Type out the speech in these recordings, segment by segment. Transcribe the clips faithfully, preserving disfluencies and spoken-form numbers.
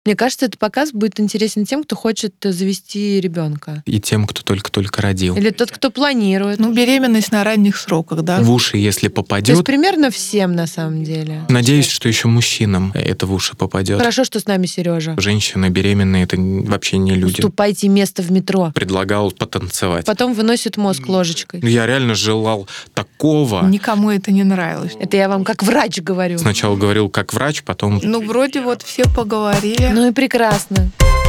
Мне кажется, этот показ будет интересен тем, кто хочет завести ребенка. И тем, кто только-только родил. Или тот, кто планирует. Ну, беременность на ранних сроках, да. В уши, если То попадет. есть примерно всем, на самом деле. Надеюсь, что еще мужчинам это в уши попадет. Хорошо, что с нами Сережа. Женщины беременные — это вообще не люди. Уступайте место в метро. Предлагал потанцевать. Потом выносит мозг ложечкой. Я реально желал такого. Никому это не нравилось. Это я вам как врач говорю. Сначала говорил как врач, потом... Ну, вроде вот все поговорили. Ну и прекрасно.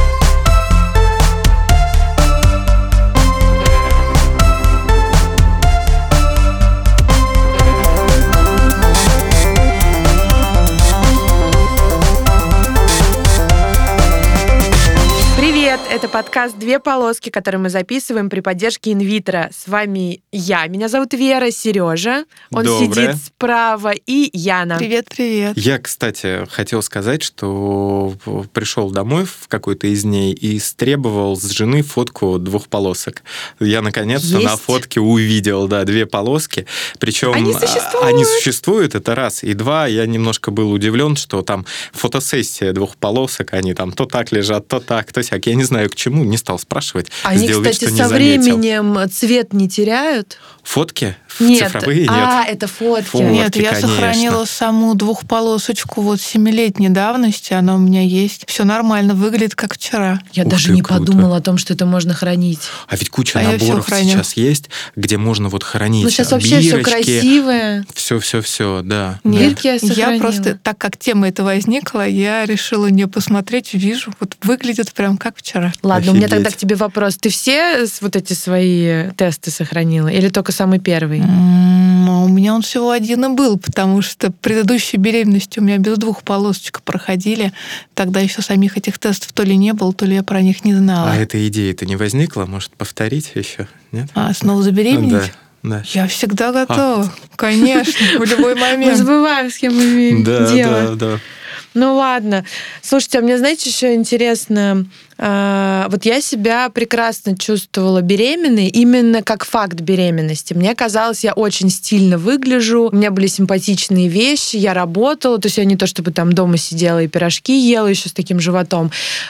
Привет! Это подкаст «Две полоски», который мы записываем при поддержке инвитро. С вами я. Меня зовут Вера, Сережа. Он Доброе. сидит справа. И Яна. Привет, привет. Я, кстати, хотел сказать, что пришел домой в какой-то из дней и требовал с жены фотку двух полосок. Я, наконец-то, Есть? на фотке увидел, да, две полоски. Причем Они существуют. Они существуют, это раз. И два, я немножко был удивлен, что там фотосессия двух полосок, они там то так лежат, то так, то сяк. Я не знаю, к чему, не стал спрашивать. Они, Сделал вид, кстати, что не со заметил. временем цвет не теряют? Фотки? Нет. Цифровые? Нет. А, это фотки. Фотки, Нет, я конечно. сохранила саму двухполосочку вот семилетней давности, она у меня есть. Все нормально, выглядит как вчера. Я Ух даже ты, не круто. подумала о том, что это можно хранить. А ведь куча А я всё наборов храню. сейчас есть, где можно вот хранить Ну, сейчас вообще все бирочки, красивое. все-все-все, да. Нет, Бирки я я сохранила. просто, так как тема эта возникла, я решила не посмотреть, вижу, вот выглядит прям как вчера. Ладно, у меня Офигеть. тогда к тебе вопрос. Ты все с- вот эти свои тесты сохранила? Или только самый первый? М, а У меня он всего один и был, потому что предыдущие беременности у меня без двух полосочек проходили. Тогда еще самих этих тестов то ли не было, то ли я про них не знала. А эта идея-то не возникла? Может, повторить еще? Нет? А, снова забеременеть? Да, да. Я всегда готова. Конечно, в любой Мы момент. забываем, с кем мы имеем Да, дело. да, да. Ну ладно. Слушайте, а мне, знаете, еще интересно, а, вот я себя прекрасно чувствовала беременной именно как факт беременности. Мне казалось, я очень стильно выгляжу, у меня были симпатичные вещи, я работала, то есть я не то чтобы там дома сидела и пирожки ела еще с таким животом.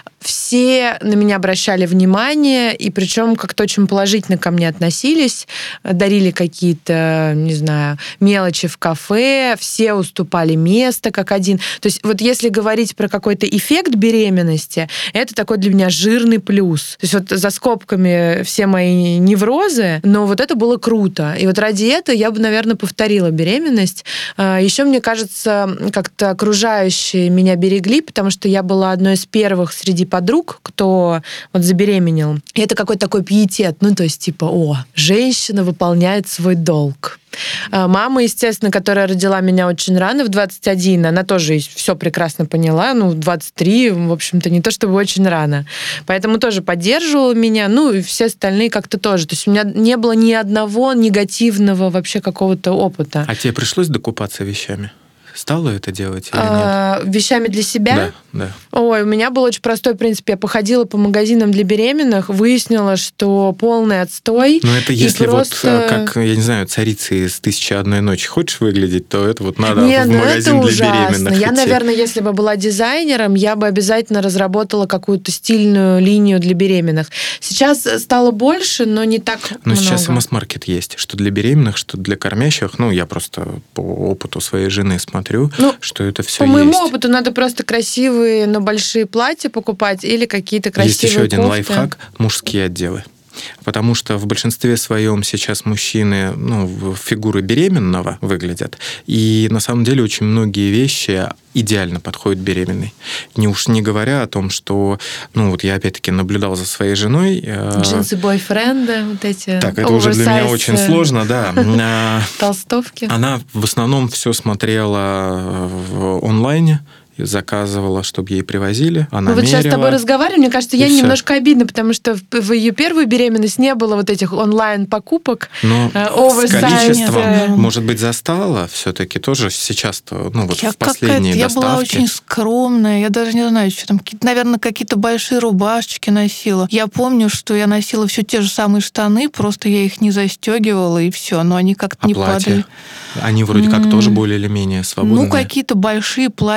Все на меня обращали внимание, и причем как-то очень положительно ко мне относились, дарили какие-то, не знаю, мелочи в кафе, все уступали место как один. То есть вот если говорить про какой-то эффект беременности, это такой для меня жирный плюс. То есть вот за скобками все мои неврозы, но вот это было круто. И вот ради этого я бы, наверное, повторила беременность. Еще, мне кажется, как-то окружающие меня берегли, потому что я была одной из первых среди подруг, кто вот забеременел. И это какой-то такой пиетет. Ну, то есть типа, о, женщина выполняет свой долг. Мама, естественно, которая родила меня очень рано, в двадцать один, она тоже все прекрасно поняла, ну, в двадцать три, в общем-то, не то чтобы очень рано. Поэтому тоже поддерживала меня, ну, и все остальные как-то тоже. То есть у меня не было ни одного негативного вообще какого-то опыта. А тебе пришлось докупаться вещами? Стала это делать или нет? А, вещами для себя? Да, да. Ой, у меня был очень простой принцип. Я походила по магазинам для беременных, выяснила, что полный отстой. Но это и если просто... вот, как, я не знаю, царицы из «Тысячи одной ночи» хочешь выглядеть, то это вот надо Не, в ну магазин это для ужасно. беременных Я, идти. наверное, если бы была дизайнером, я бы обязательно разработала какую-то стильную линию для беременных. Сейчас стало больше, но не так Но много. сейчас масс-маркет есть, что для беременных, что для кормящих. Ну, я просто по опыту своей жены смотрю, Ну, что это все По есть. моему опыту надо просто красивые, но большие платья покупать или какие-то красивые Есть еще один кофты. лайфхак – мужские отделы. Потому что в большинстве своем сейчас мужчины, ну, в фигуры беременного выглядят. И на самом деле очень многие вещи идеально подходят беременной. Не уж не говоря о том, что, ну, вот я опять-таки наблюдал за своей женой. Джинсы бойфренда, вот эти. Так, это уже для меня оверсайз, очень сложно, да. Толстовки. Она в основном все смотрела в онлайне, заказывала, чтобы ей привозили. Она Мы вот сейчас с мерила. тобой разговариваем, мне кажется, я И всё. немножко обидно, потому что в, в ее первую беременность не было вот этих онлайн-покупок. Но э, с оверсайз, количеством, э, может быть, застала все-таки тоже сейчас-то, ну вот Я в последние какая-то- я была доставки. очень скромная, я даже не знаю, что там, какие-то, наверное, какие-то большие рубашечки носила. Я помню, что я носила все те же самые штаны, просто я их не застегивала и все, но они как-то А не платья? падали. Они вроде как М. тоже более или менее свободные. Ну, какие-то большие платья, но я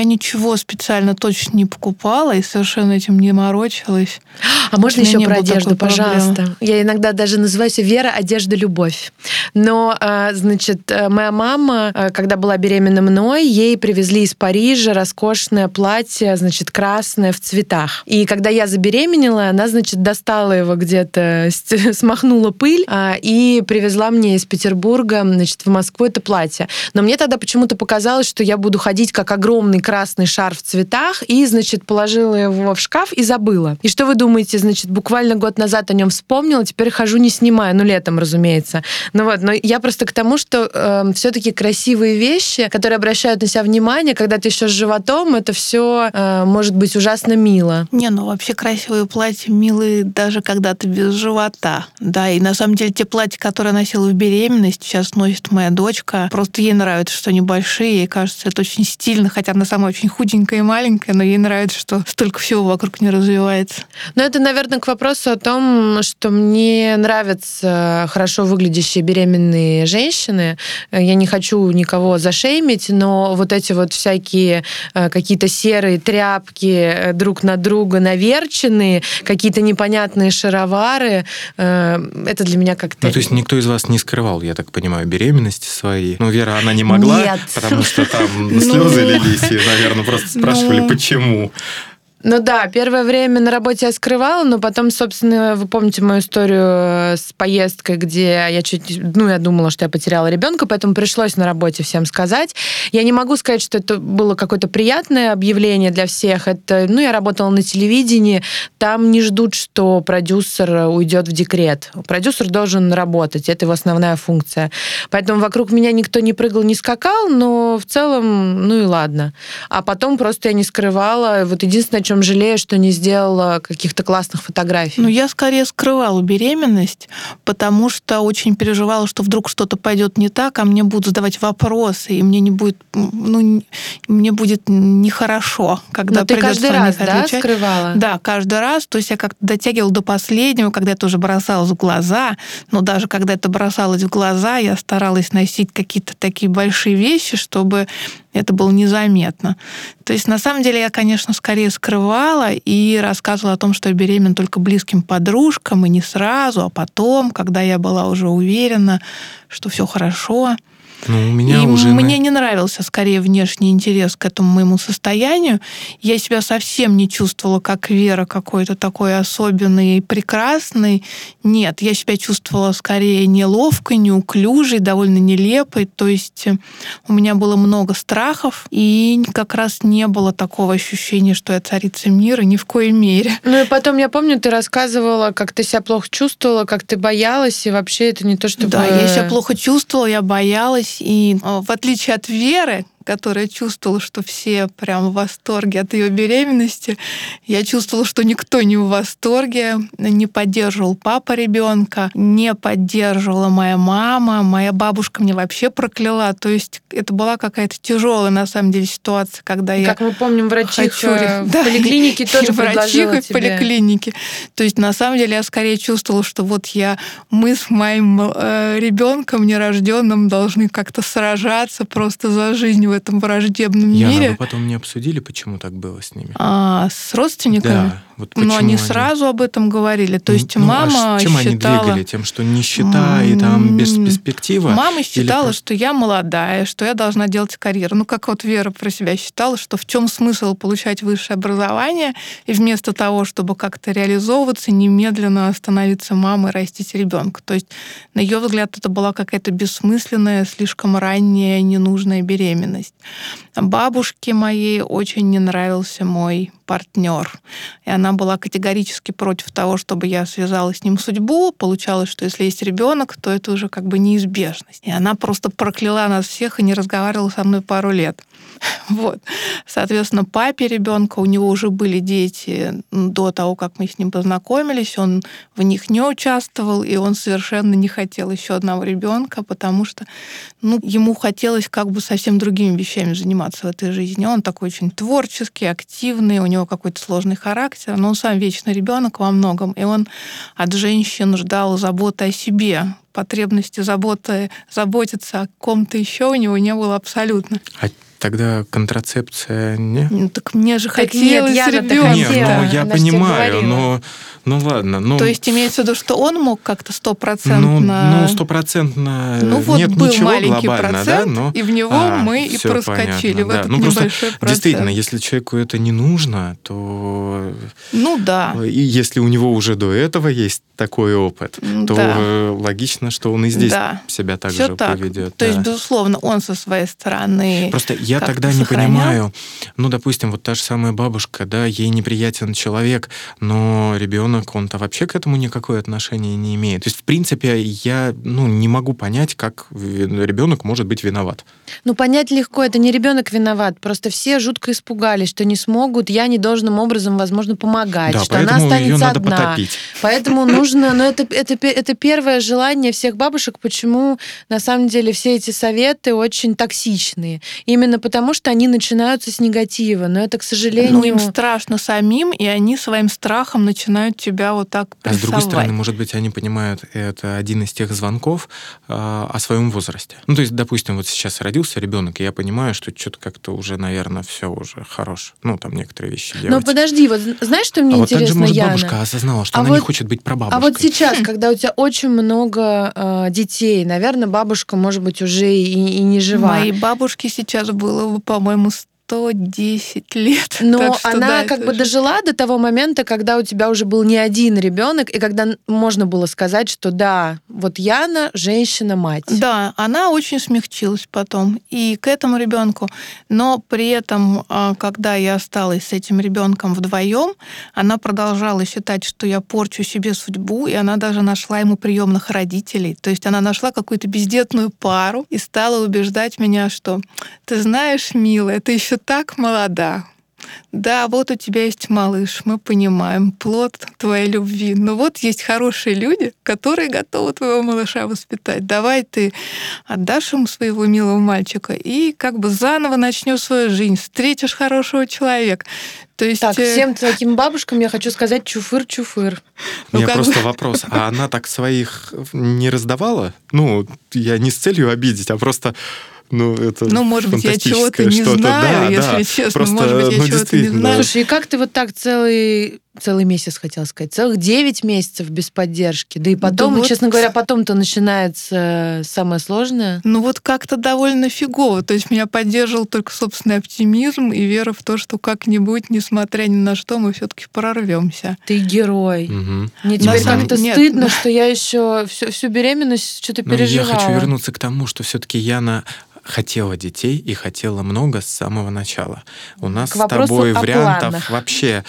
я ничего специально точно не покупала и совершенно этим не морочилась. А можно еще про одежду, проблемы. пожалуйста? Я иногда даже называю себя Вера, одежда, любовь. Но, значит, моя мама, когда была беременна мной, ей привезли из Парижа роскошное платье, значит, красное в цветах. И когда я забеременела, она, значит, достала его где-то, смахнула пыль и привезла мне из Петербурга, значит, в Москву это платье. Но мне тогда почему-то показалось, что я буду ходить как огромный красный шар в цветах, и, значит, положила его в шкаф и забыла. И что вы думаете, значит, буквально год назад о нем вспомнила, теперь хожу не снимая, ну, летом, разумеется. Ну вот, но я просто к тому, что э, все-таки красивые вещи, которые обращают на себя внимание, когда ты еще с животом, это все э, может быть ужасно мило. Не, ну вообще красивые платья милые даже когда ты без живота. Да, и на самом деле те платья, которые я носила в беременность, сейчас носит моя дочка. Просто ей нравится, что они большие, ей кажется, это очень стильно, хотя она сама очень худенькая и маленькая, но ей нравится, что столько всего вокруг не развивается. Ну, это, наверное, к вопросу о том, что мне нравятся хорошо выглядящие беременные женщины. Я не хочу никого зашеймить, но вот эти вот всякие какие-то серые тряпки друг на друга наверченные, какие-то непонятные шаровары, это для меня как-то... Ну, то есть никто из вас не скрывал, я так понимаю, беременности свои? Ну, Вера, она не могла, Нет. Потому что там слезы лились, и, наверное, просто спрашивали, почему. Ну да, первое время на работе я скрывала, но потом, собственно, вы помните мою историю с поездкой, где я чуть, ну, я думала, что я потеряла ребенка, поэтому пришлось на работе всем сказать. Я не могу сказать, что это было какое-то приятное объявление для всех. Это, ну, я работала на телевидении, там не ждут, что продюсер уйдет в декрет. Продюсер должен работать, это его основная функция. Поэтому вокруг меня никто не прыгал, не скакал, но в целом, ну и ладно. А потом просто я не скрывала. Вот единственное, о чем жалею, что не сделала каких-то классных фотографий. Ну, я скорее скрывала беременность, потому что очень переживала, что вдруг что-то пойдет не так, а мне будут задавать вопросы, и мне не будет, ну, мне будет нехорошо, когда Но ты придется каждый на раз, них да, отвечать. скрывала? Да, каждый раз. То есть я как-то дотягивала до последнего, когда это уже бросалось в глаза, но даже когда это бросалось в глаза, я старалась носить какие-то такие большие вещи, чтобы это было незаметно. То есть, на самом деле, я, конечно, скорее скрывала и рассказывала о том, что я беременна только близким подружкам, и не сразу, а потом, когда я была уже уверена, что все хорошо. Ну, у меня и уже... мне не нравился, скорее, внешний интерес к этому моему состоянию. Я себя совсем не чувствовала, как Вера, какой-то такой особенный и прекрасный. Нет, я себя чувствовала скорее неловкой, неуклюжей, довольно нелепой. То есть у меня было много страхов, и как раз не было такого ощущения, что я царица мира, ни в коей мере. Ну и потом, я помню, ты рассказывала, как ты себя плохо чувствовала, как ты боялась, и вообще это не то, чтобы... Да, я себя плохо чувствовала, я боялась. И в отличие от Веры, которая чувствовала, что все прям в восторге от ее беременности, я чувствовала, что никто не в восторге, не поддерживал папа ребенка, не поддерживала моя мама, моя бабушка меня вообще прокляла. То есть это была какая-то тяжелая, на самом деле, ситуация, когда я... Как мы помним, врачиха хочу... в да, поликлинике тоже предложила врачиха в поликлинике. То есть на самом деле я скорее чувствовала, что вот я, мы с моим э, ребенком нерожденным должны как-то сражаться просто за жизнь в этом враждебном Яна, мире. вы потом не обсудили, почему так было с ними? А, с родственниками? Да. Вот Но они, они сразу об этом говорили. То есть ну, мама а чем считала... они двигали? Тем, что нищета и там перспектива? Мама считала, Или... что я молодая, что я должна делать карьеру. Ну, как вот Вера про себя считала, что в чем смысл получать высшее образование, и вместо того, чтобы как-то реализовываться, немедленно становиться мамой, растить ребенка. То есть, на ее взгляд, это была какая-то бессмысленная, слишком ранняя, ненужная беременность. Бабушке моей очень не нравился мой партнер. И она была категорически против того, чтобы я связала с ним судьбу. Получалось, что если есть ребенок, то это уже как бы неизбежность. И она просто прокляла нас всех и не разговаривала со мной пару лет. Вот. Соответственно, папе ребенка, у него уже были дети до того, как мы с ним познакомились, он в них не участвовал, и он совершенно не хотел еще одного ребенка, потому что ну, ему хотелось как бы совсем другими вещами заниматься в этой жизни. Он такой очень творческий, активный, у него какой-то сложный характер, но он сам вечный ребенок во многом, и он от женщин ждал заботы о себе. Потребности заботы, заботиться о ком-то еще у него не было абсолютно. А Тогда контрацепция не? Ну, так мне же Так хотелось нет, Яна-то ребенка. Нет, хотела. ну я Она ж тебе понимаю, говорила. но ну ладно, ну То есть имеется в виду, что он мог как-то ну, стопроцентно... ну стопроцентно Ну вот нет был ничего маленький глобально, процент, да, но и в него а, мы и всё проскочили понятно, в да. этот Ну просто небольшой процент. действительно, если человеку это не нужно, то Ну да. и если у него уже до этого есть такой опыт, М, то да. э, логично, что он и здесь Да. себя так Всё же так. поведет. То есть, да. безусловно, он со своей стороны Просто я как-то тогда не сохранял. понимаю, ну, допустим, вот та же самая бабушка, да, ей неприятен человек, но ребенок, он-то вообще к этому никакое отношение не имеет. То есть, в принципе, я, ну, не могу понять, как ребенок может быть виноват. Ну, понять легко, это не ребенок виноват. Просто все жутко испугались, что не смогут я недолжным образом, возможно, помогать, Да, что она поэтому ее останется надо одна. потопить. Поэтому нужно, но это, это, пе- это первое желание всех бабушек, почему на самом деле все эти советы очень токсичные. Именно потому, что они начинаются с негатива. Но это, к сожалению... Ну, им страшно самим, и они своим страхом начинают тебя вот так А с другой прессовать. стороны, может быть, они понимают, это один из тех звонков э, о своем возрасте. Ну, то есть, допустим, вот сейчас родился ребенок, и я понимаю, что что-то как-то уже, наверное, все уже хорош. Ну, там некоторые вещи делать. Но подожди, вот знаешь, что мне а вот так интересно, же, может, Яна? бабушка осознала, что А она вот- не хочет быть прабабушкой. А вот сейчас, когда у тебя очень много э, детей, наверное, бабушка, может быть, уже и, и не жива. Моей бабушке сейчас было бы, по-моему, сто десять лет. Но Так что она да, как это бы же- дожила до того момента, когда у тебя уже был не один ребенок, и когда н- можно было сказать, что да, вот Яна женщина-мать. Да, она очень смягчилась потом и к этому ребенку, но при этом, а, когда я осталась с этим ребенком вдвоем, она продолжала считать, что я порчу себе судьбу, и она даже нашла ему приемных родителей. То есть она нашла какую-то бездетную пару и стала убеждать меня, что ты знаешь, милая, ты еще так молода. Да, вот у тебя есть малыш, мы понимаем, плод твоей любви. Но вот есть хорошие люди, которые готовы твоего малыша воспитать. Давай ты отдашь ему своего милого мальчика и как бы заново начнешь свою жизнь, встретишь хорошего человека. То есть, Так, э, всем таким бабушкам я хочу сказать чуфыр-чуфыр. У меня ну, как просто бы- вопрос, а она так своих не раздавала? Ну, я не с целью обидеть, а просто, ну, это Ну, может быть, я фантастическое чего-то не что-то. знаю, Да, если да. честно. Просто, Может быть, я ну, чего-то не действительно. знаю. Слушай, и как ты вот так целый, целый месяц, хотела сказать, целых девять месяцев без поддержки? Да и потом, Да вот- честно говоря, потом-то начинается самое сложное. Ну вот как-то довольно фигово. То есть меня поддерживал только собственный оптимизм и вера в то, что как-нибудь, несмотря ни на что, мы все-таки прорвемся. Ты герой. Мгм. Мне На теперь самом- как-то нет. стыдно, что я еще всю, всю беременность что-то Но я переживала. хочу вернуться к тому, что все-таки Яна хотела детей и хотела много с самого начала. У нас К с вопросу тобой о вариантов планах. вообще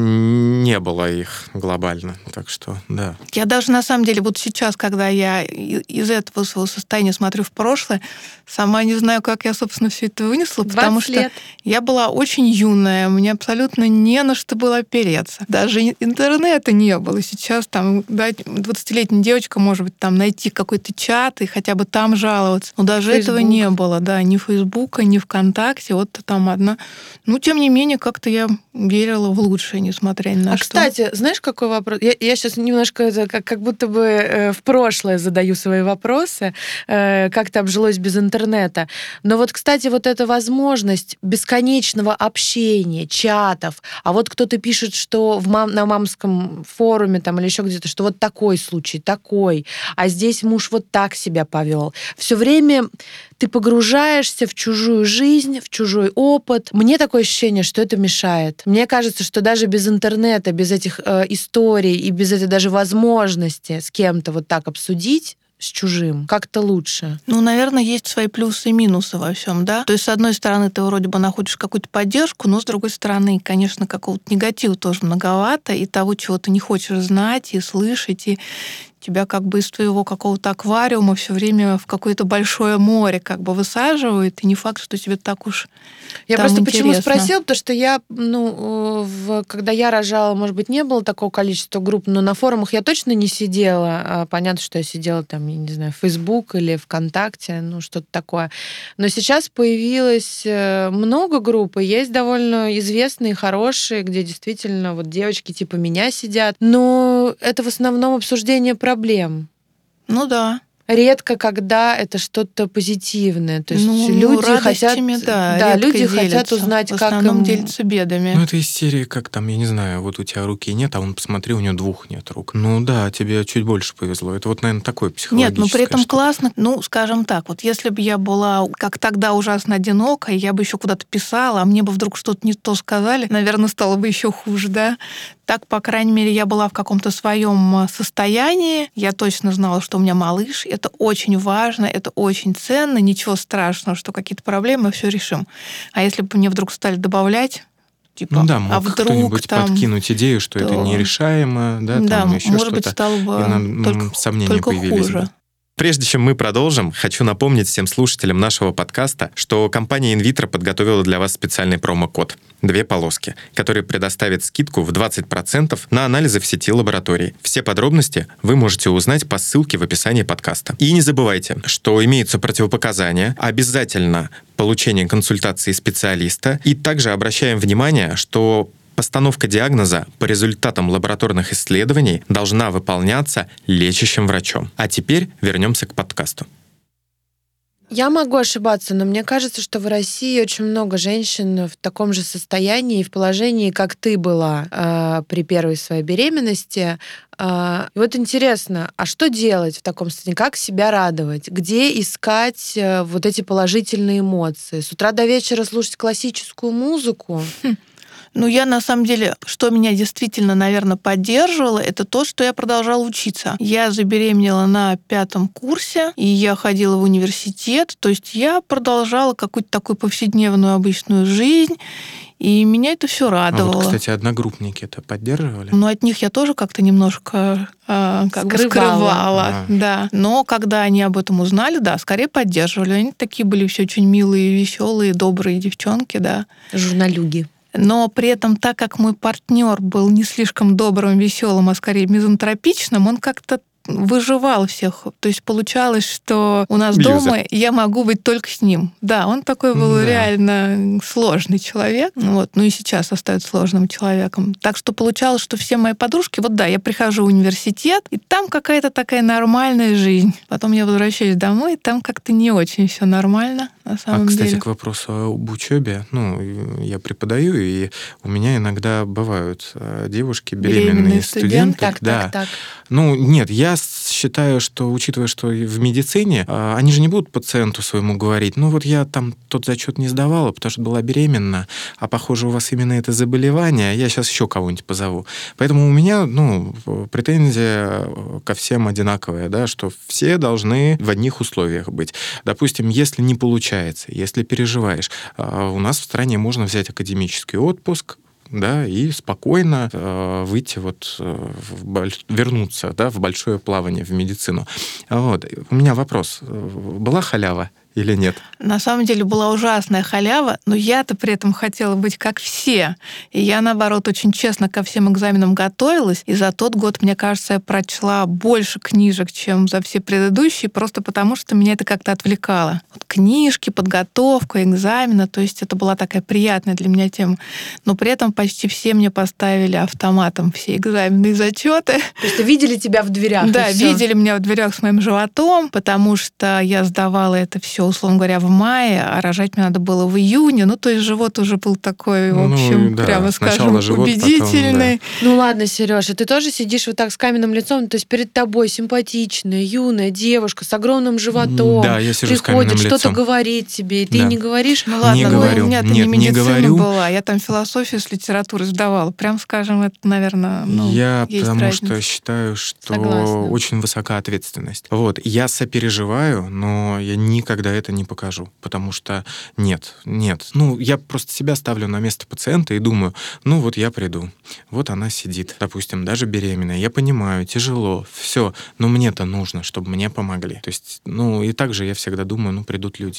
не было их глобально. Так что, да. Я даже на самом деле вот сейчас, когда я и- из этого своего состояния смотрю в прошлое, сама не знаю, как я, собственно, все это вынесла, потому двадцать что лет. я была очень юная, мне абсолютно не на что было опереться. Даже и- интернета не было. Сейчас там да, двадцатилетняя девочка может быть там найти какой-то чат и хотя бы там жаловаться. Но даже этого Facebook. не было, да, ни Фейсбука, ни ВКонтакте. Вот там одна. Ну, тем не менее, как-то я верила в лучшее, несмотря ни на А, что. кстати, знаешь, какой вопрос? Я, я сейчас немножко это, как, как будто бы э, в прошлое задаю свои вопросы, э, как ты обжилось без интернета. Но вот, кстати, вот эта возможность бесконечного общения, чатов, а вот кто-то пишет, что в мам, на мамском форуме там, или еще где-то, что вот такой случай, такой, а здесь муж вот так себя повел. Все время ты погружаешься в чужую жизнь, в чужой опыт. Мне такое ощущение, что это мешает. Мне кажется, что даже без интернета, без этих э, историй и без этой даже возможности с кем-то вот так обсудить, с чужим, как-то лучше. Ну, наверное, есть свои плюсы и минусы во всем, да. То есть, с одной стороны, ты вроде бы находишь какую-то поддержку, но с другой стороны, конечно, какого-то негатива тоже многовато, и того, чего ты не хочешь знать и слышать, и тебя как бы из твоего какого-то аквариума все время в какое-то большое море как бы высаживают, и не факт, что тебе так уж Я там просто почему интересно. спросила, потому что я, ну, в, когда я рожала, может быть, не было такого количества групп, но на форумах я точно не сидела. А понятно, что я сидела там, я не знаю, в Facebook или ВКонтакте, ну, что-то такое. Но сейчас появилось э, много групп, и есть довольно известные, хорошие, где действительно вот девочки типа меня сидят. Но это в основном обсуждение проблем. Ну да. редко, когда это что-то позитивное. То есть ну, люди радостями, хотят, да, да, редко люди делятся. хотят узнать, В как основном им... делятся бедами. Ну, это из серии, как там, я не знаю, вот у тебя руки нет, а он, посмотри, у него двух нет рук. Ну да, тебе чуть больше повезло. Это вот, наверное, такое психологическое. Нет, но при этом что-то. классно, ну, скажем так, вот если бы я была, как тогда, ужасно одинокой, я бы еще куда-то писала, а мне бы вдруг что-то не то сказали, наверное, стало бы еще хуже, да. Так, по крайней мере, я была в каком-то своем состоянии, я точно знала, что у меня малыш, это очень важно, это очень ценно, ничего страшного, что какие-то проблемы, все решим. А если бы мне вдруг стали добавлять, типа, Ну да, мог а вдруг кто-нибудь там, подкинуть идею, что то... это нерешаемо, да, да, там еще может что-то. быть, стало бы и на... только, сомнения только появились хуже. бы. Прежде чем мы продолжим, хочу напомнить всем слушателям нашего подкаста, что компания InVitro подготовила для вас специальный промокод «Две полоски», который предоставит скидку в двадцать процентов на анализы в сети лабораторий. Все подробности вы можете узнать по ссылке в описании подкаста. И не забывайте, что имеются противопоказания, обязательно получение консультации специалиста, и также обращаем внимание, что постановка диагноза по результатам лабораторных исследований должна выполняться лечащим врачом. А теперь вернемся к подкасту. Я могу ошибаться, но мне кажется, что в России очень много женщин в таком же состоянии и в положении, как ты была э, при первой своей беременности. Э, и вот интересно, а что делать в таком состоянии? Как себя радовать? Где искать э, вот эти положительные эмоции? С утра до вечера слушать классическую музыку? Хм. Ну, я, на самом деле, что меня действительно, наверное, поддерживало, это то, что я продолжала учиться. Я забеременела на пятом курсе, и я ходила в университет, то есть я продолжала какую-то такую повседневную обычную жизнь, и меня это все радовало. А вот, кстати, одногруппники это поддерживали? Но от них я тоже как-то немножко э, как бы скрывала. А. Да. Но когда они об этом узнали, да, скорее поддерживали. Они такие были все очень милые, веселые, добрые девчонки, да. Журналюги. Но при этом, так как мой партнер был не слишком добрым, веселым, а скорее мизантропичным, он как-то выживал всех. То есть получалось, что у нас Юзер. дома я могу быть только с ним. Да, он такой был Да. реально сложный человек. Вот. Ну и сейчас остается сложным человеком. Так что получалось, что все мои подружки, вот да, я прихожу в университет, и там какая-то такая нормальная жизнь. Потом я возвращаюсь домой, и там как-то не очень все нормально, на самом а, кстати, деле. к вопросу об учебе, ну, я преподаю, и у меня иногда бывают э, девушки, беременные, Беременные студенты. студенты. Так, да. так, так. Ну, нет, я считаю, что, учитывая, что в медицине, э, они же не будут пациенту своему говорить, ну, вот я там тот зачет не сдавала, потому что была беременна, а, похоже, у вас именно это заболевание, я сейчас еще кого-нибудь позову. Поэтому у меня, ну, претензия ко всем одинаковая, да, что все должны в одних условиях быть. Допустим, если не получается, если переживаешь, у нас в стране можно взять академический отпуск, да, и спокойно э, выйти вот, э, в больш... вернуться, да, в большое плавание, в медицину. Вот. У меня вопрос. Была халява или нет? На самом деле была ужасная халява, но я-то при этом хотела быть как все. И я, наоборот, очень честно ко всем экзаменам готовилась. И за тот год, мне кажется, я прочла больше книжек, чем за все предыдущие, просто потому что меня это как-то отвлекало. Вот книжки, подготовка, экзамена, то есть это была такая приятная для меня тема. Но при этом почти все мне поставили автоматом все экзамены и зачеты. То есть видели тебя в дверях? Да, и всё. видели меня в дверях с моим животом, потому что я сдавала это все, условно говоря, в мае, а рожать мне надо было в июне. Ну, то есть живот уже был такой, в Ну, общем, да, прямо сначала скажем, живот, убедительный. потом, Ну ладно, Сережа, ты тоже сидишь вот так с каменным лицом, то есть перед тобой симпатичная, юная девушка с огромным животом. Да, я сижу с каменным приходит, что-то лицом. говорит тебе, и ты Да. не говоришь. Ну ладно, Не ну, говорю. у меня-то Нет, не не медицина говорю. была, я там философию с литературой сдавала. Прям, скажем, это, наверное, ну, я есть потому разница. что считаю, что Согласна. очень высока ответственность. Вот. Я сопереживаю, но я никогда это не покажу, потому что нет, нет. Ну, я просто себя ставлю на место пациента и думаю, ну вот я приду, вот она сидит, допустим, даже беременная. Я понимаю, тяжело, все, но мне-то нужно, чтобы мне помогли. То есть, ну, и также я всегда думаю, ну, придут люди,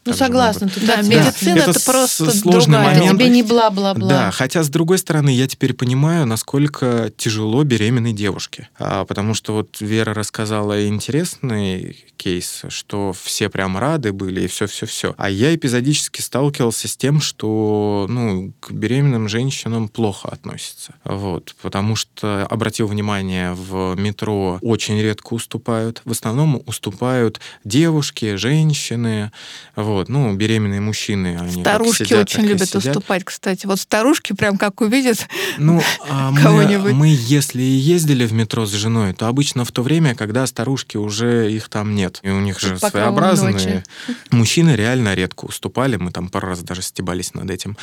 Ну, также согласна. могут. Тут Да, это- медицина Это это с- просто сложный другая момент. Тебе не область. бла-бла-бла. Да, хотя, с другой стороны, я теперь понимаю, насколько тяжело беременной девушке. А, потому что вот Вера рассказала интересный кейс, что все прям рады были и все-все-все. А я эпизодически сталкивался с тем, что ну, к беременным женщинам плохо относятся. Вот, потому что, обратил внимание, в метро очень редко уступают. В основном уступают девушки, женщины, вот, ну, беременные мужчины. Они как Старушки сидят, очень так и любят сидят. уступать, кстати. Вот старушки прям как увидят. Ну, а мы, Кого-нибудь. мы, если и ездили в метро с женой, то обычно в то время, когда старушки уже их там нет. И у них же Под покровом своеобразные. ночи. Мужчины реально редко уступали. Мы там пару раз даже стебались над этим.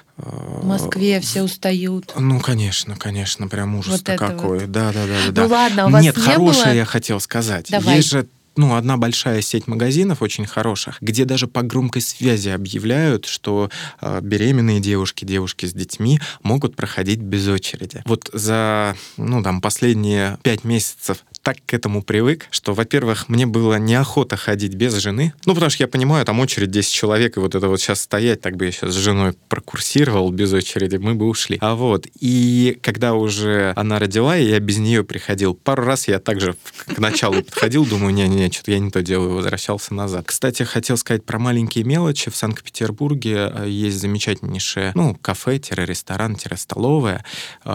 В Москве все устают. Ну, конечно, конечно, прям ужас-то Вот это какой. Да, да, да, да. Ну ладно, у вас Нет, не хорошее было? я хотел сказать. Давай. Есть же ну, одна большая сеть магазинов очень хороших, где даже по громкой связи объявляют, что э, беременные девушки, девушки с детьми могут проходить без очереди. Вот за, ну, там, последние пять месяцев так к этому привык, что, во-первых, мне было неохота ходить без жены. Ну, потому что я понимаю, там очередь десять человек, и вот это вот сейчас стоять, так бы я сейчас с женой прокурсировал без очереди, мы бы ушли. А вот, и когда уже она родила, и я без нее приходил, пару раз я также к началу подходил, думаю, не-не-не, что-то я не то делаю, возвращался назад. Кстати, хотел сказать про маленькие мелочи. В Санкт-Петербурге есть замечательнейшее, ну, кафе-ресторан-столовая.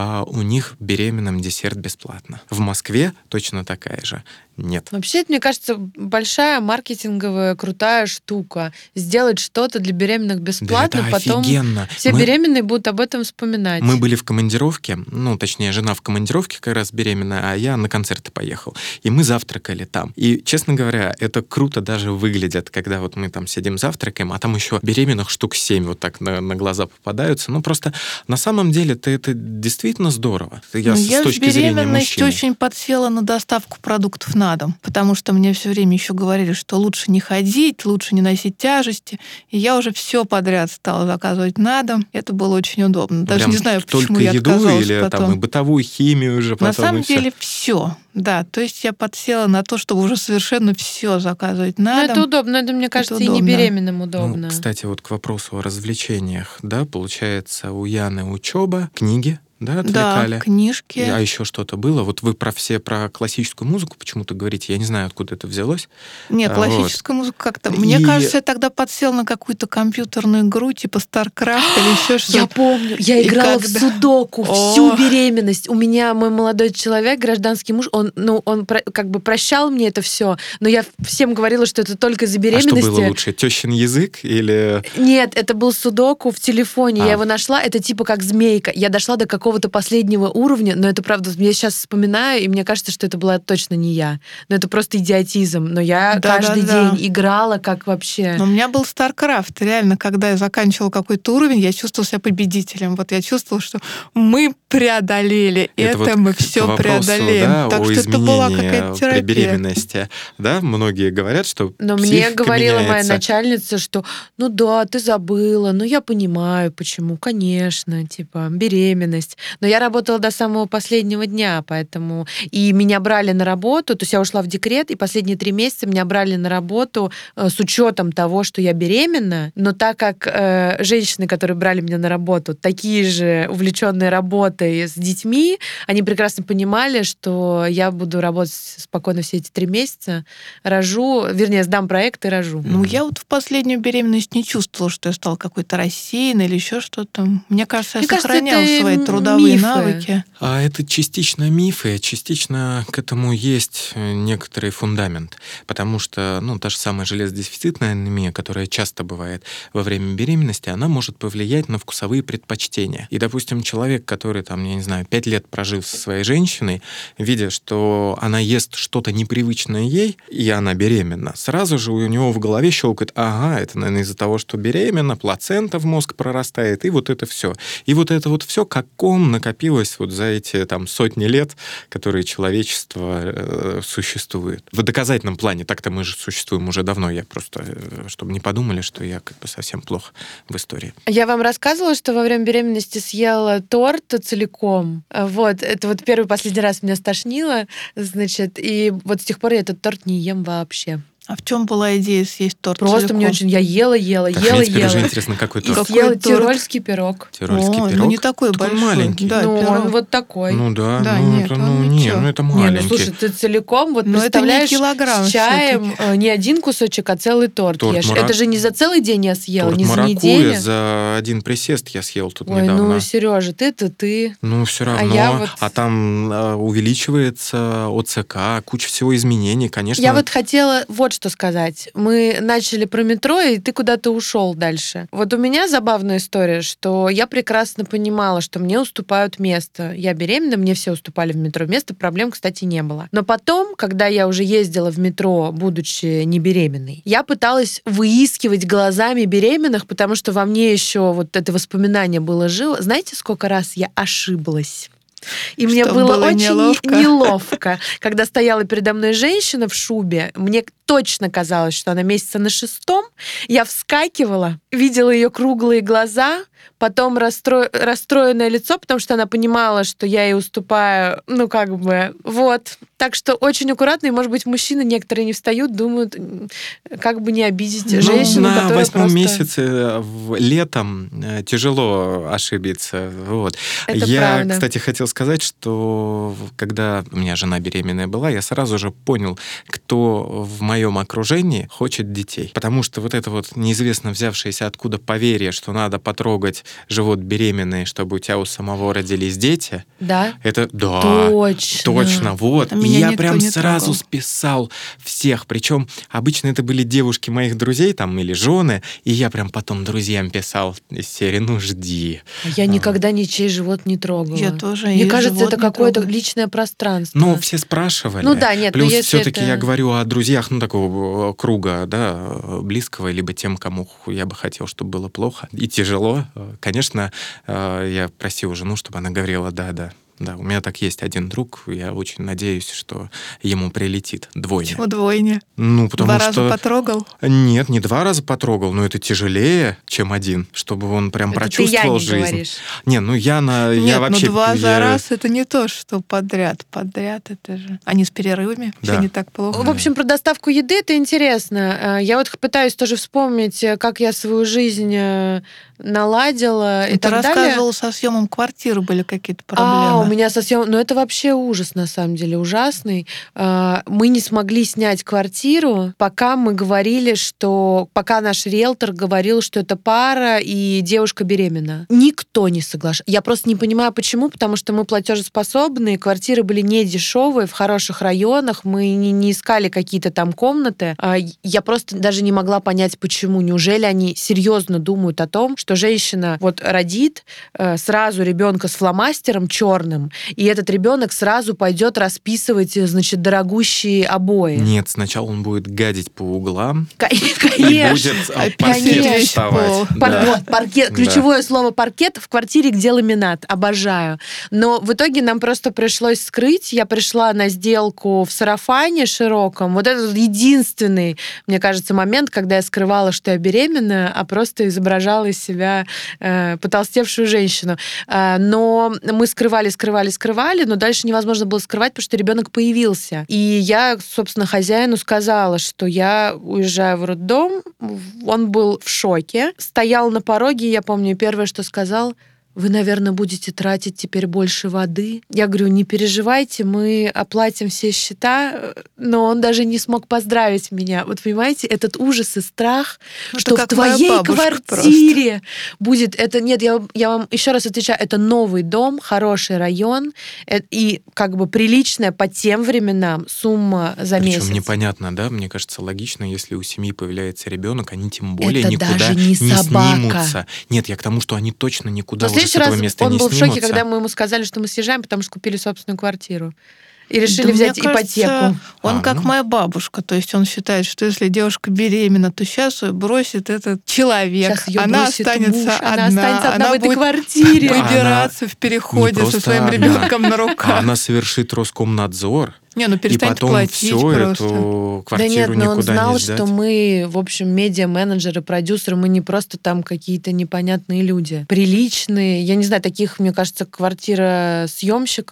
У них беременным десерт бесплатно. В Москве точно такая же. Нет. Вообще, это, мне кажется, большая маркетинговая крутая штука. Сделать что-то для беременных бесплатно, да это потом офигенно. все Мы- беременные будут об этом вспоминать. Мы были в командировке, ну, точнее, жена в командировке как раз беременная, а я на концерты поехал. И мы завтракали там. И, честно говоря, это круто даже выглядит, когда вот мы там сидим завтракаем, а там еще беременных штук семь вот так на, на глаза попадаются. Ну, просто на самом деле это, это действительно здорово. Я, Ну, с, я с с точки зрения беременностью мужчины. очень подсела на доставку продуктов на дом, потому что мне все время еще говорили, что лучше не ходить, лучше не носить тяжести. И я уже все подряд стала заказывать на дом. Это было очень удобно. Даже Прям не знаю, почему только я еду отказалась или потом. там и бытовую химию уже потом. На самом и всё? деле все. Да, то есть я подсела на то, чтобы уже совершенно все заказывать Ну, на это дом. удобно, это, мне кажется, и не удобно. беременным удобно. Ну, кстати, вот к вопросу о развлечениях, да, получается, у Яны учеба, книги, да, отвлекали. Да, книжки. А еще что-то было? Вот вы про все про классическую музыку почему-то говорите. Я не знаю, откуда это взялось. Нет, А, классическая музыка как-то... Мне И- кажется, я тогда подсел на какую-то компьютерную игру, типа StarCraft или еще Я что-то. помню, я И играла когда- в судоку О. всю беременность. У меня мой молодой человек, гражданский муж, он, ну, он про- как бы прощал мне это все, но я всем говорила, что это только за А что беременности. было лучше? Тещин язык или... Нет, это был судоку в телефоне. А. Я его нашла. Это типа как змейка. Я дошла до какого-то последнего уровня, но это правда, я сейчас вспоминаю, и мне кажется, что это была точно не я. Но это просто идиотизм. Но я Да, каждый да, да. день играла как вообще. Но у меня был StarCraft. Реально, когда я заканчивала какой-то уровень, я чувствовала себя победителем. Вот я чувствовала, что мы преодолели это, вот мы к все вопросу, преодолеем. да, так о что это была изменении какая-то при терапия. беременности. Да, многие говорят, что Но мне психика говорила моя меняется. начальница, что ну да, ты забыла, ну я понимаю, почему, конечно, типа беременность. Но я работала до самого последнего дня, поэтому... И меня брали на работу, то есть я ушла в декрет, и последние три месяца меня брали на работу э, с учетом того, что я беременна, но так как э, женщины, которые брали меня на работу, такие же увлеченные работой с детьми, они прекрасно понимали, что я буду работать спокойно все эти три месяца, рожу, вернее, сдам проект и рожу. Ну, я вот в последнюю беременность не чувствовала, что я стала какой-то рассеянной или еще что-то. Мне кажется, я Мне кажется, сохраняла это свои м- трудовые мифы. навыки. А это частично мифы, частично к этому есть некоторый фундамент. Потому что, ну, та же самая железодефицитная анемия, которая часто бывает во время беременности, она может повлиять на вкусовые предпочтения. И, допустим, человек, который, там, я не знаю, пять лет прожил со своей женщиной, видя, что она ест что-то непривычное ей, и она беременна, сразу же у него в голове щелкает: ага, это, наверное, из-за того, что беременна, плацента в мозг прорастает, и вот это все. И вот это вот все как ком накопилось вот за эти там сотни лет, которые человечество э, существует. В доказательном плане, так-то мы же существуем уже давно, я просто, э, чтобы не подумали, что я как бы совсем плохо в истории. Я вам рассказывала, что во время беременности съела торт целиком. Вот, это вот первый последний раз меня стошнило, значит, и вот с тех пор я этот торт не ем вообще. А в чем была идея съесть торт? Просто целиком? мне очень... Я ела, ела, Так, ела, мне теперь уже ела. интересно, какой И торт. Какой съела торт? тирольский пирог. Тирольский О, пирог? ну не такой Так он большой. маленький. Да, ну, пирог. он вот такой. Ну да, Да, ну, нет, это, он ну, не, ничего. ну это Не, маленький. ну слушай, ты целиком, вот Но это не представляешь, килограмм с чаем э, не один кусочек, а целый торт, Торт ешь. мара- Это же не за целый день я съела, Торт не за маракуйя неделю. за один присест я съел тут Ой, недавно. ну, Сережа, ты-то ты. Ну, все А равно. я А, вот- там э, увеличивается ОЦК, куча всего изменений, конечно. Я вот хотела вот что сказать. Мы начали про метро, и ты куда-то ушел дальше. Вот у меня забавная история, что я прекрасно понимала, что мне уступают место. Я беременна, мне все уступали в метро. Места проблем, кстати, не было. Но потом, когда я уже ездила в метро, будучи не беременной, я пыталась выискивать глазами беременных, потому что во мне еще вот это воспоминание было живо. Знаете, сколько раз я ошиблась? И мне Что, было, было очень неловко? не- неловко, когда стояла передо мной женщина в шубе. Мне точно казалось, что она месяца на шестом. Я вскакивала, видела ее круглые глаза, потом расстро... расстроенное лицо, потому что она понимала, что я ей уступаю, ну, как бы, вот. Так что очень аккуратно, и, может быть, мужчины некоторые не встают, думают, как бы не обидеть Ну, женщину, на которая восьмом просто... месяце в- летом э, тяжело ошибиться. Вот. Это я, правда. кстати, хотел сказать, что когда у меня жена беременная была, я сразу же понял, кто в моем окружении хочет детей. Потому что вот это вот неизвестно взявшееся откуда поверье, что надо потрогать живот беременной, чтобы у тебя у самого родились дети, Да? это да. Точно. Точно, вот. А И меня я никто прям не сразу трогал. списал всех. Причем обычно это были девушки моих друзей там или жены, и я прям потом друзьям писал из серии «Ну, жди». А Я никогда ничей живот не трогала. Я тоже. Мне и кажется, живот это не какое-то трогаю. личное пространство. Ну, все спрашивали. Ну да, нет, ну Плюс если все-таки это- я говорю о друзьях, ну, такого э, круга, да, э, близкого, либо тем, кому я бы хотел, чтобы было плохо и тяжело. Э, Конечно, э, я просил жену, чтобы она говорила «да-да». Да, у меня так есть один друг, я очень надеюсь, что ему прилетит двойня. Почему двойня? Ну, потому Два что... раза потрогал? Нет, не два раза потрогал, но это тяжелее, чем один, чтобы он прям Это прочувствовал ты я не жизнь. говоришь. Не, ну я на, Нет, я вообще ну два за я- раз это не то, что подряд. Подряд это же... Они с перерывами, Да. все не так плохо. В общем, про доставку еды это интересно. Э, Я вот пытаюсь тоже вспомнить, э, как я свою жизнь э, наладила и Ты так далее. рассказывала, со съемом квартиры были какие-то проблемы. А, у меня совсем... Ну, это вообще ужас, на самом деле, ужасный. А, Мы не смогли снять квартиру, пока мы говорили, что... Пока наш риэлтор говорил, что это пара и девушка беременна. Никто не соглашался. Я просто не понимаю, почему, потому что мы платежеспособные, квартиры были не дешевые, в хороших районах, мы не, не искали какие-то там комнаты. А, Я просто даже не могла понять, почему. Неужели они серьезно думают о том, что женщина вот родит э, сразу ребенка с фломастером черным, и этот ребенок сразу пойдет расписывать, э, значит, дорогущие обои. Нет, сначала он будет гадить по углам Ко- и Конечно. будет а, Опять паркет весь вставать. пол. Пар- Да. вот, паркет. Да. Ключевое слово паркет в квартире, где ламинат. Обожаю. Но в итоге нам просто пришлось скрыть. Я пришла на сделку в сарафане широком. Вот это единственный, мне кажется, момент, когда я скрывала, что я беременна, а просто изображала из себя э, потолстевшую женщину. Э, но мы скрывали, скрывали, скрывали, но дальше невозможно было скрывать, потому что ребенок появился. И я, собственно, хозяину сказала, что я уезжаю в роддом. Он был в шоке. Стоял на пороге, я помню, первое, что сказал: вы, наверное, будете тратить теперь больше воды. Я говорю, не переживайте, мы оплатим все счета, но он даже не смог поздравить меня. Вот понимаете, этот ужас и страх, Ну, это что в как моя твоей бабушка квартире будет... Это нет, я, я вам еще раз отвечаю, это новый дом, хороший район, э, и как бы приличная по тем временам сумма за Причем месяц. непонятно, да? Мне кажется, логично, если у семьи появляется ребенок, они тем более Это никуда даже не собака. снимутся. Нет, я к тому, что они точно никуда Но в уже с следующий этого раз места он не был в снимутся. шоке, когда мы ему сказали, что мы съезжаем, потому что купили собственную квартиру. И решили Да, взять мне кажется, ипотеку. Он А, как ну. моя бабушка. То есть он считает, что если девушка беременна, то сейчас ее бросит этот человек. Сейчас ее она бросит останется муж, одна. она останется одна в этой будет квартире. Да. выбираться в переходе Не со просто своим одна. ребенком на А руках. она совершит Роскомнадзор, Не, ну и перестанет потом платить все просто. эту Да квартиру нет, но он никуда знал, не сдать. что мы, в общем, медиа-менеджеры, продюсеры, мы не просто там какие-то непонятные люди. Приличные. Я не знаю, таких, мне кажется, квартира съемщиков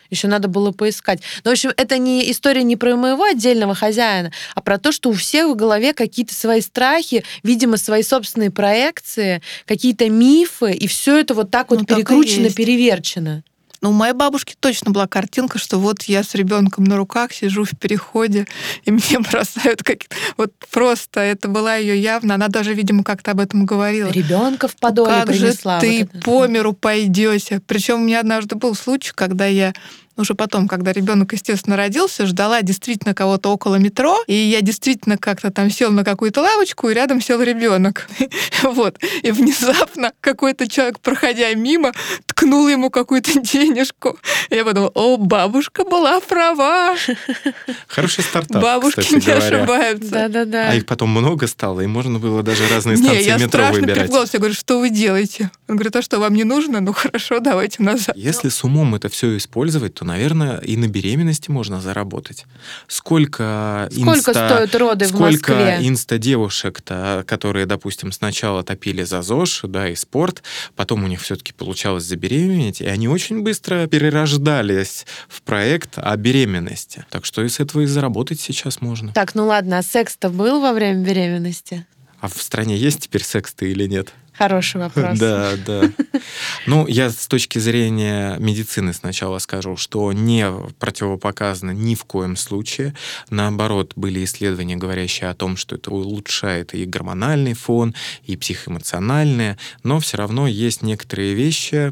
Еще надо было поискать. Но, в общем, это не история не про моего отдельного хозяина, а про то, что у всех в голове какие-то свои страхи, видимо, свои собственные проекции, какие-то мифы, и все это вот так вот ну, перекручено, переверчено. Ну, у моей бабушки точно была картинка, что вот я с ребенком на руках сижу в переходе, и мне бросают какие-то... Вот просто это была ее явно. Она даже, видимо, как-то об этом говорила. Ребенка в подоле как принесла. Как же вот ты по миру пойдете? Причем у меня однажды был случай, когда я уже потом, когда ребенок, естественно, родился, ждала действительно кого-то около метро, и я действительно как-то там села на какую-то лавочку, и рядом сел ребенок. Вот. И внезапно какой-то человек, проходя мимо, ткнул ему какую-то денежку. Я подумала, о, бабушка была права. Хороший стартап, бабушки кстати не говоря. ошибаются. Да-да-да. А их потом много стало, и можно было даже разные станции не, я метро выбирать. перепугалась. Я говорю, что вы делаете? Он говорит, а что, вам не нужно? Ну хорошо, давайте назад. Если с умом это все использовать, то, наверное, и на беременности можно заработать. Сколько, Сколько инста, стоят роды в сколько Москве? инста-девушек-то, которые, допустим, сначала топили за ЗОЖ, да, и спорт, потом у них все-таки получалось забеременеть, и они очень быстро перерождались в проект о беременности. Так что и с этого и заработать сейчас можно. Так, ну ладно, а секс-то был во время беременности? А в стране есть теперь секс-то или нет? Хороший вопрос. Да, да. Ну, я с точки зрения медицины сначала скажу, что не противопоказано ни в коем случае. Наоборот, были исследования, говорящие о том, что это улучшает и гормональный фон, и психоэмоциональное, но все равно есть некоторые вещи,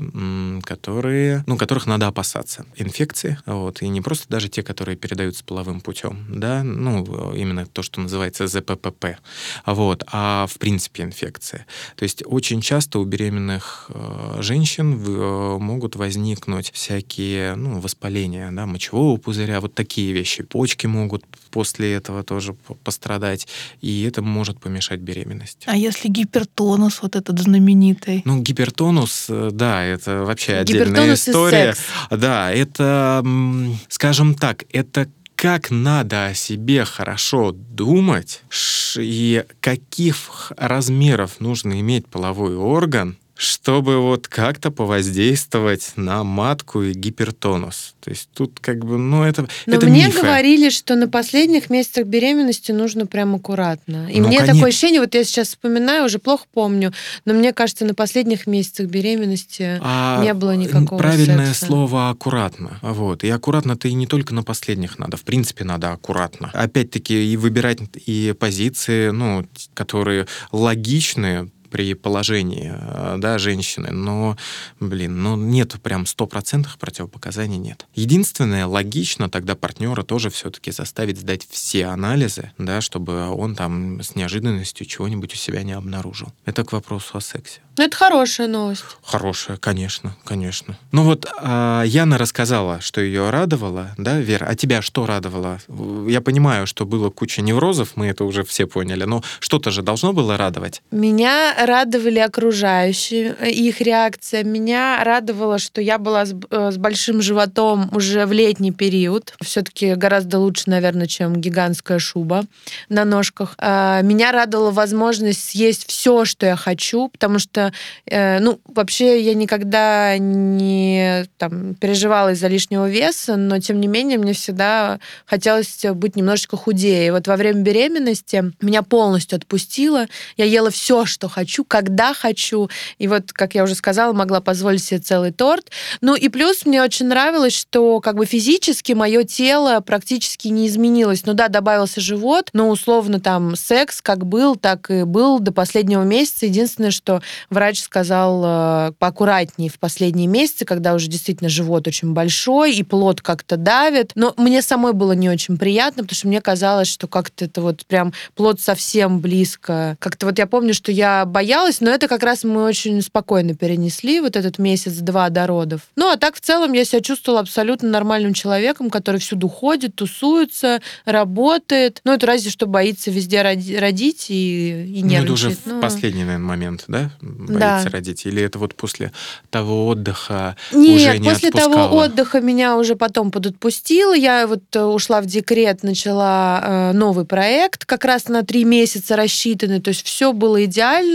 которые, ну, которых надо опасаться. Инфекции, вот, и не просто даже те, которые передаются половым путем, да, ну, именно то, что называется зэ пэ пэ пэ, вот, а в принципе инфекции. То есть очень часто у беременных э, женщин в, э, могут возникнуть всякие, ну, воспаления, да, мочевого пузыря, вот такие вещи. Почки могут после этого тоже пострадать, и это может помешать беременности. А если гипертонус, вот этот знаменитый? Ну, гипертонус, да, это вообще отдельная гипертонус история. И секс. Да, это, скажем так, это как надо о себе хорошо думать и каких размеров нужно иметь половой орган, чтобы вот как-то повоздействовать на матку и гипертонус. То есть тут как бы, ну, это, Но это мне мифы. говорили, что на последних месяцах беременности нужно прям аккуратно. И Ну, мне конечно. такое ощущение, вот я сейчас вспоминаю, уже плохо помню, но мне кажется, на последних месяцах беременности А не было никакого правильное секса. слово «аккуратно». Вот. И аккуратно-то и не только на последних надо, в принципе, надо аккуратно. Опять-таки и выбирать и позиции, ну, которые логичны при положении, да, женщины, но, блин, ну, нет прям сто процентов противопоказаний нет. Единственное, логично тогда партнера тоже все-таки заставить сдать все анализы, да, чтобы он там с неожиданностью чего-нибудь у себя не обнаружил. Это к вопросу о сексе. Ну, это хорошая новость. Хорошая, конечно, конечно. Ну вот а, Яна рассказала, что ее радовало, да, Вера? А тебя что радовало? Я понимаю, что было куча неврозов, мы это уже все поняли, но что-то же должно было радовать? Меня радовали окружающие, их реакция. Меня радовало, что я была с, с большим животом уже в летний период. Все-таки гораздо лучше, наверное, чем гигантская шуба на ножках. Меня радовала возможность съесть все, что я хочу, потому что, ну, вообще я никогда не там, переживала из-за лишнего веса, но, тем не менее, мне всегда хотелось быть немножечко худее. И вот во время беременности меня полностью отпустило. Я ела все, что хочу, когда хочу. И вот, как я уже сказала, могла позволить себе целый торт. Ну и плюс мне очень нравилось, что как бы физически мое тело практически не изменилось. Ну да, добавился живот, но условно там секс как был, так и был до последнего месяца. Единственное, что врач сказал э, поаккуратнее в последние месяцы, когда уже действительно живот очень большой и плод как-то давит. Но мне самой было не очень приятно, потому что мне казалось, что как-то это вот прям плод совсем близко. Как-то вот я помню, что я боялась, но это как раз мы очень спокойно перенесли вот этот месяц-два до родов. Ну, а так в целом я себя чувствовала абсолютно нормальным человеком, который всюду ходит, тусуется, работает. Ну, это разве что боится везде родить и, и нервничает. Ну, это уже ну... в последний, наверное, момент, да? Боится да. родить? Или это вот после того отдыха Нет, уже не после отпускало? того отдыха меня уже потом подотпустило. Я вот ушла в декрет, начала э, новый проект, как раз на три месяца рассчитанный. То есть все было идеально.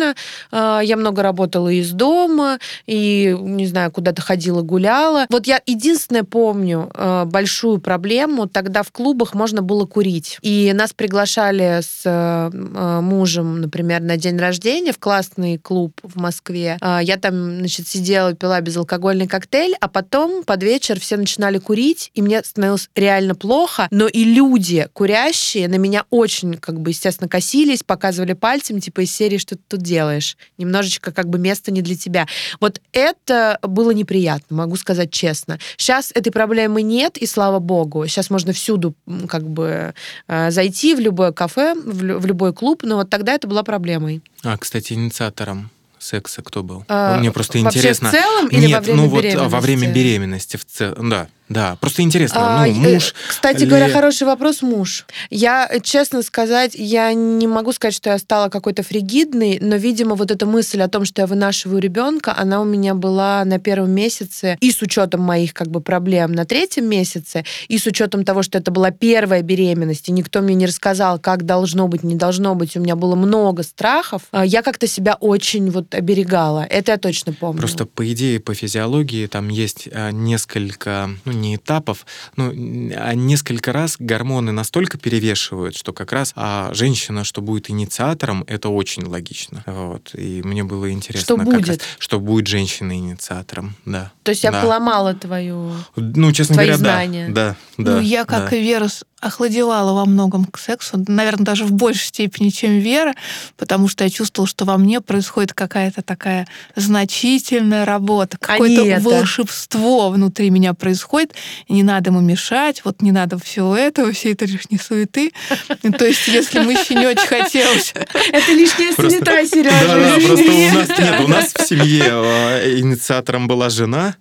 нормально. Я много работала из дома, и, не знаю, куда-то ходила, гуляла. Вот я единственное помню большую проблему. Тогда в клубах можно было курить. И нас приглашали с мужем, например, на день рождения в классный клуб в Москве. Я там, значит, сидела, пила безалкогольный коктейль, а потом под вечер все начинали курить, и мне становилось реально плохо. Но и люди курящие на меня очень, как бы, естественно, косились, показывали пальцем, типа из серии, что ты тут делаешь. Немножечко как бы место не для тебя. Вот это было неприятно, могу сказать честно. Сейчас этой проблемы нет, и слава богу. Сейчас можно всюду как бы зайти в любое кафе, в любой клуб, но вот тогда это была проблемой. А, кстати, инициатором секса кто был? А, Мне просто вообще интересно. в целом или Нет, во время ну вот беременности? во время беременности в целом, да. Да, просто интересно, А, ну, муж... Кстати ли... говоря, хороший вопрос, муж. Я, честно сказать, я не могу сказать, что я стала какой-то фригидной, но, видимо, вот эта мысль о том, что я вынашиваю ребенка, она у меня была на первом месяце, и с учетом моих как бы проблем на третьем месяце, и с учетом того, что это была первая беременность, и никто мне не рассказал, как должно быть, не должно быть, у меня было много страхов, я как-то себя очень вот оберегала. Это я точно помню. Просто по идее, по физиологии там есть несколько... Ну, не этапов, но несколько раз гормоны настолько перевешивают, что как раз а женщина, что будет инициатором, это очень логично. Вот. И мне было интересно, что как будет? раз, что будет женщина инициатором. Да. То есть я да. поломала твою... Ну, честно твои говоря, знания. да. да, да ну, я, как да. и Вера, охладевала во многом к сексу, наверное, даже в большей степени, чем Вера, потому что я чувствовала, что во мне происходит какая-то такая значительная работа, какое-то волшебство внутри меня происходит, и не надо ему мешать, вот не надо всего этого, всей этой лишней суеты. То есть, если мужчине очень хотелось... Это лишняя суета, Сережа. Да, просто у нас нет, у нас в семье инициатором была жена,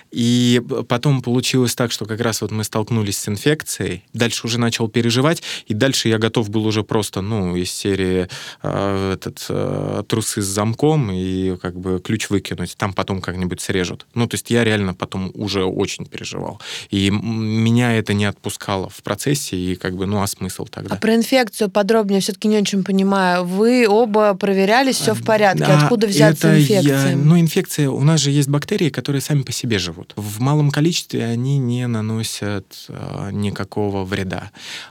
и потом получилось так, что как раз вот мы столкнулись с инфекцией, дальше уже начал переживать, и дальше я готов был уже просто, ну, из серии э, этот, э, трусы с замком и как бы ключ выкинуть, там потом как-нибудь срежут. Ну, то есть я реально потом уже очень переживал. И меня это не отпускало в процессе, и как бы, ну, а смысл тогда? А про инфекцию подробнее все-таки не очень понимаю. Вы оба проверялись, все в порядке. Да, откуда взяться инфекция? Я, ну, инфекция, у нас же есть бактерии, которые сами по себе живут. В малом количестве они не наносят э, никакого вреда.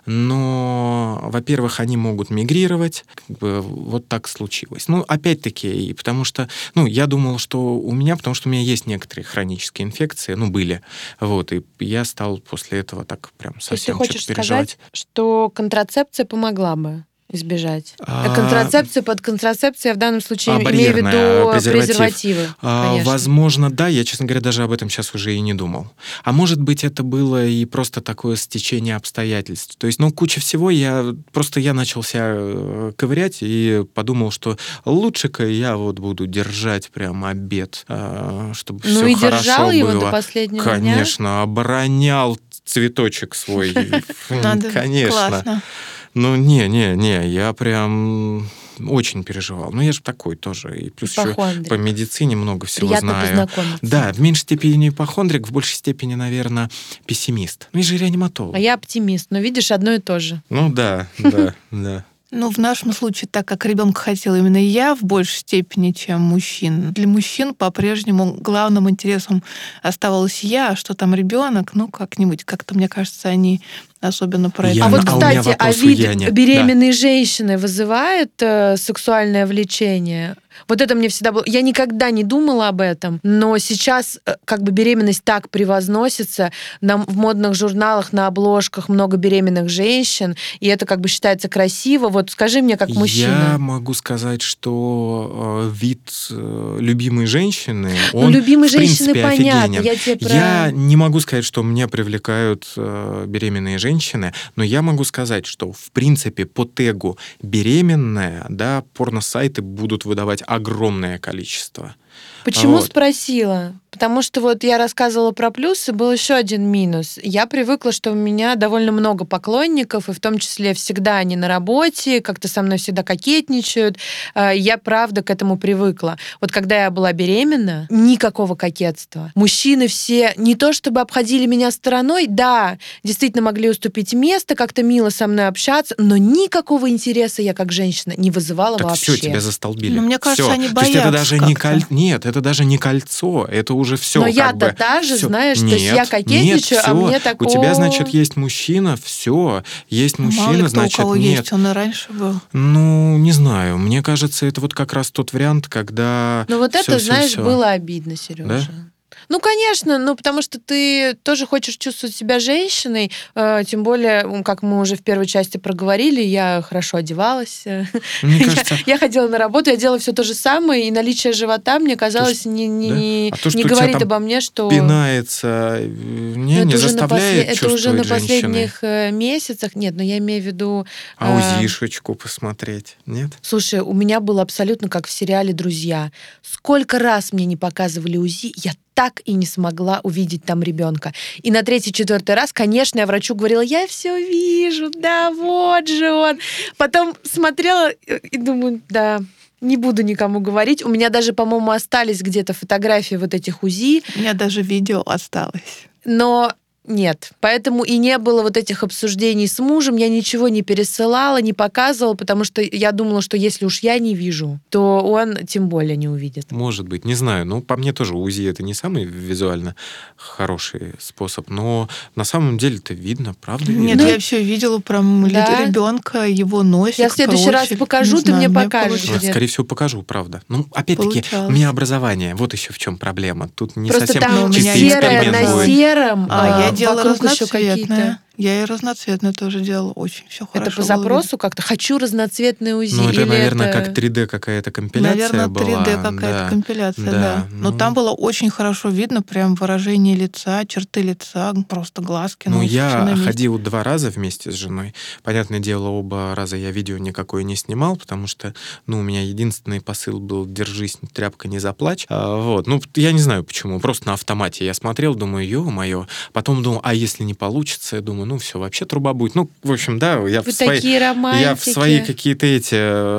Но, во-первых, они могут мигрировать. Как бы, вот так случилось. Ну, опять-таки, и потому что, ну, я думал, что у меня, потому что у меня есть некоторые хронические инфекции, ну, были. Вот, и я стал после этого так прям совсем То есть ты хочешь что-то переживать. сказать, что контрацепция помогла бы избежать? А... Контрацепция под контрацепцией я в данном случае а, имею в виду презерватив. презервативы. А, возможно, да. Я, честно говоря, даже об этом сейчас уже и не думал. А может быть, это было и просто такое стечение обстоятельств. То есть, ну, куча всего. Я просто я начал себя ковырять и подумал, что лучше-ка я вот буду держать прям обед, чтобы ну все и хорошо держал было. его до последнего дня? Конечно, оборонял цветочек свой. Конечно. Классно. Ну, не-не-не, я прям очень переживал. Ну, я же такой тоже. И плюс еще по медицине много всего Приятно знаю. познакомиться. Да, в меньшей степени ипохондрик, в большей степени, наверное, пессимист. Ну, я же реаниматолог. А я оптимист. Но видишь, одно и то же. Ну, да, да, да. Ну, в нашем случае, так как ребенка хотела именно я в большей степени, чем мужчин. Для мужчин по-прежнему главным интересом оставалась я, а что там ребенок, ну, как-нибудь, как-то, мне кажется, они особенно про это. А вот, а кстати, а вид Яне. беременной да. женщины вызывает э, сексуальное влечение? Вот это мне всегда было... Я никогда не думала об этом, но сейчас как бы беременность так превозносится. На, в модных журналах, на обложках много беременных женщин, и это как бы считается красиво. Вот скажи мне, как мужчина. Я могу сказать, что э, вид э, любимой женщины, он, ну, любимой в принципе, женщины понятно. офигенен. Я, тебе про... я не могу сказать, что меня привлекают э, беременные женщины, но я могу сказать, что, в принципе, по тегу беременная, да, порносайты будут выдавать огромное количество. Почему Вот. спросила? Потому что вот я рассказывала про плюсы, был еще один минус. Я привыкла, что у меня довольно много поклонников, и в том числе всегда они на работе, как-то со мной всегда кокетничают. Э, Я, правда, к этому привыкла. Вот когда я была беременна, никакого кокетства. Мужчины все не то чтобы обходили меня стороной, да, действительно могли уступить место, как-то мило со мной общаться, но никакого интереса я как женщина не вызывала Так вообще. все, тебя застолбили. Ну, мне кажется, Всё. они То есть это боятся даже не как-то. коль... Нет, это даже не кольцо, это уже все. Но я-то та же, знаешь, то есть я кокетничаю, а мне так, У тебя, «О». значит, есть мужчина, все, есть Мало ли мужчина, кто, значит, у кого нет. есть, он и раньше был. Ну, не знаю, мне кажется, это вот как раз тот вариант, когда... Ну вот всё, это, всё, знаешь, всё. было обидно, Сережа. Ну, конечно, ну, потому что ты тоже хочешь чувствовать себя женщиной, э, тем более, м, как мы уже в первой части проговорили, я хорошо одевалась. Мне Я- кажется, Я ходила на работу, я делала все то же самое, и наличие живота, мне казалось, не, не, да? не, А то, что не у тебя говорит там обо мне, что... пинается, э, не, Ну, не это уже на заставляет после- это уже на чувствовать женщиной. последних э, месяцах. Нет, но я имею в виду... А э, УЗИшечку посмотреть, нет? Слушай, у меня было абсолютно как в сериале «Друзья». Сколько раз мне не показывали УЗИ, я так и не смогла увидеть там ребенка. И на третий-четвертый раз, конечно, я врачу говорила, я все вижу, да, вот же он. Потом смотрела и думаю, да, не буду никому говорить. У меня даже, по-моему, остались где-то фотографии вот этих УЗИ, У меня даже видео осталось. но нет. Поэтому и не было вот этих обсуждений с мужем. Я ничего не пересылала, не показывала, потому что я думала, что если уж я не вижу, то он тем более не увидит. Может быть, не знаю. Ну, по мне тоже УЗИ это не самый визуально хороший способ, но на самом деле это видно, правда? Нет, видно. я все видела прям Да. ребенка, его носик. Я в следующий раз профиль. покажу, Не ты мне знаю, мне покажешь. получилось. где. Скорее всего, покажу, правда. Ну, опять-таки, Получалось. у меня образование. Вот еще в чем проблема. Тут не Просто совсем Но там у меня чистый есть серое эксперимент на будет. сером, А, а, я делала вокруг еще разноцветное. какие-то. Я и разноцветное тоже делала. Очень все хорошо. Это по было запросу как-то? Хочу разноцветные УЗИ. Ну, это, или наверное, это- как три дэ какая-то видно. компиляция Наверное, была. три дэ какая-то да. компиляция, да. Да, Но ну. там было очень хорошо видно прям выражение лица, черты лица, просто глазки. Ну, носик, всё я на месте. ходил два раза вместе с женой. Понятное дело, оба раза я видео никакое не снимал, потому что, ну, у меня единственный посыл был «держись, тряпка, не заплачь». А, вот. Ну, я не знаю почему, просто на автомате я смотрел, думаю, ё-моё. Потом думал, а если не получится? Я думаю, ну, все, вообще труба будет. Ну, в общем, да, я в Вы свои... такие романтики. Я в свои какие-то эти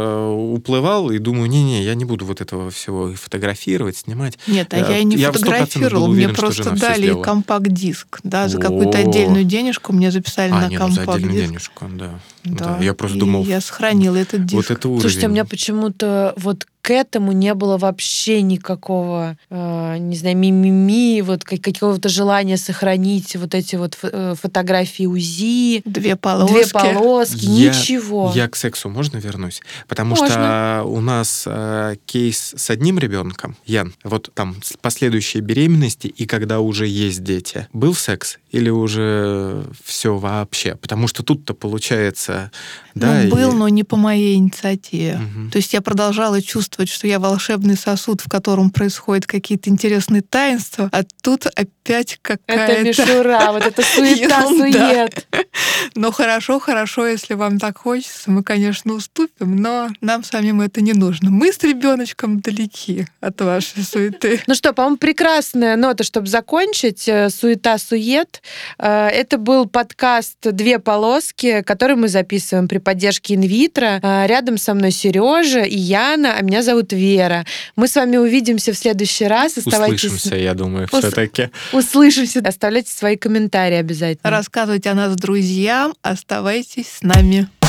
э, уплывал и думаю, не-не, я не буду вот этого всего фотографировать, снимать. Нет, а Я- я и не я в сто процентов фотографировала, был мне уверен, что просто жена всё дали сделала. компакт-диск, да, за какую-то О. отдельную денежку мне записали А, на не, ну за отдельную компакт-диск. денежку, да. Да, Да, я просто и думал, я сохранила этот диск. вот это уровень. Слушайте, у меня почему-то вот к этому не было вообще никакого, э, не знаю, мимими, вот как- какого-то желания сохранить вот эти вот фо- э, фотографии УЗИ, Две полоски. две полоски, Я- ничего. Я к сексу можно вернусь? Потому Можно. что у нас э, кейс с одним ребенком, Ян, вот там с- последующие беременности и когда уже есть дети, был секс или уже все вообще? Потому что тут-то получается, да, Ну, и- был, но не по моей инициативе. Мгм. То есть я продолжала чувствовать, что я волшебный сосуд, в котором происходят какие-то интересные таинства, а тут опять Это какая-то... мишура, вот это суета, ерунда. сует. Ну хорошо, хорошо, если вам так хочется, мы, конечно, уступим, но нам самим это не нужно. Мы с ребеночком далеки от вашей суеты. Ну что, по-моему, прекрасная нота, чтобы закончить. Э, Суета-сует. Э, Это был подкаст «Две полоски», который мы записываем при поддержке инвитро. Э, Рядом со мной Сережа и Яна, а меня зовут Вера. Мы с вами увидимся в следующий раз. Оставайтесь... услышимся, я думаю, Ус- все-таки. Услышимся. Оставляйте свои комментарии обязательно. Рассказывайте о нас друзьям, оставайтесь с нами.